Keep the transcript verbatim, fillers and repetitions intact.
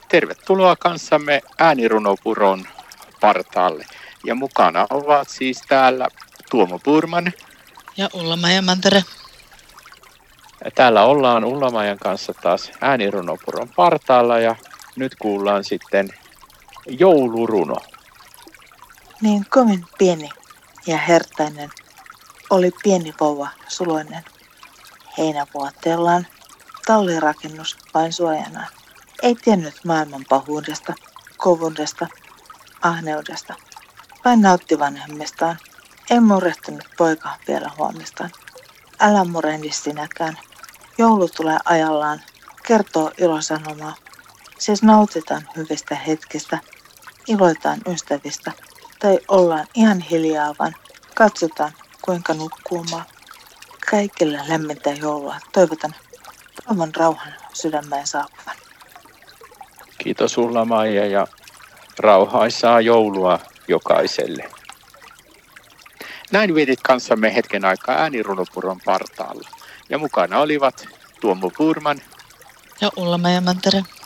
Tervetuloa kanssamme äänirunopuron partaalle. Ja mukana ovat siis täällä Tuomo Purman. Ja Ulla-Maija Mantere. Täällä ollaan Ulla-Maijan kanssa taas äänirunopuron partaalla ja nyt kuullaan sitten jouluruno. Niin kovin pieni ja hertainen oli pieni vauva suloinen. Heinävuoteellaan tallirakennus vain suojanaan. Ei tiennyt maailman pahuudesta, kovuudesta, ahneudesta. Vain nautti vanhemmistaan. Ei murehtunut poika vielä huomistaan. Älä murehdi sinäkään. Joulu tulee ajallaan. Kertoo ilosanomaa. Siis nautitaan hyvistä hetkistä. Iloitaan ystävistä. Tai ollaan ihan hiljaa vaan. Katsotaan kuinka nukkuu maa. Kaikille lämmintä joulua. Toivotan toivon rauhan sydämeen saapuvan. Kiitos Ulla-Maija ja rauhaisaa joulua jokaiselle. Näin vietit kanssamme hetken aikaa äänirunopuron partaalla. Ja mukana olivat Tuomo Purman ja Ulla-Maija Mantere.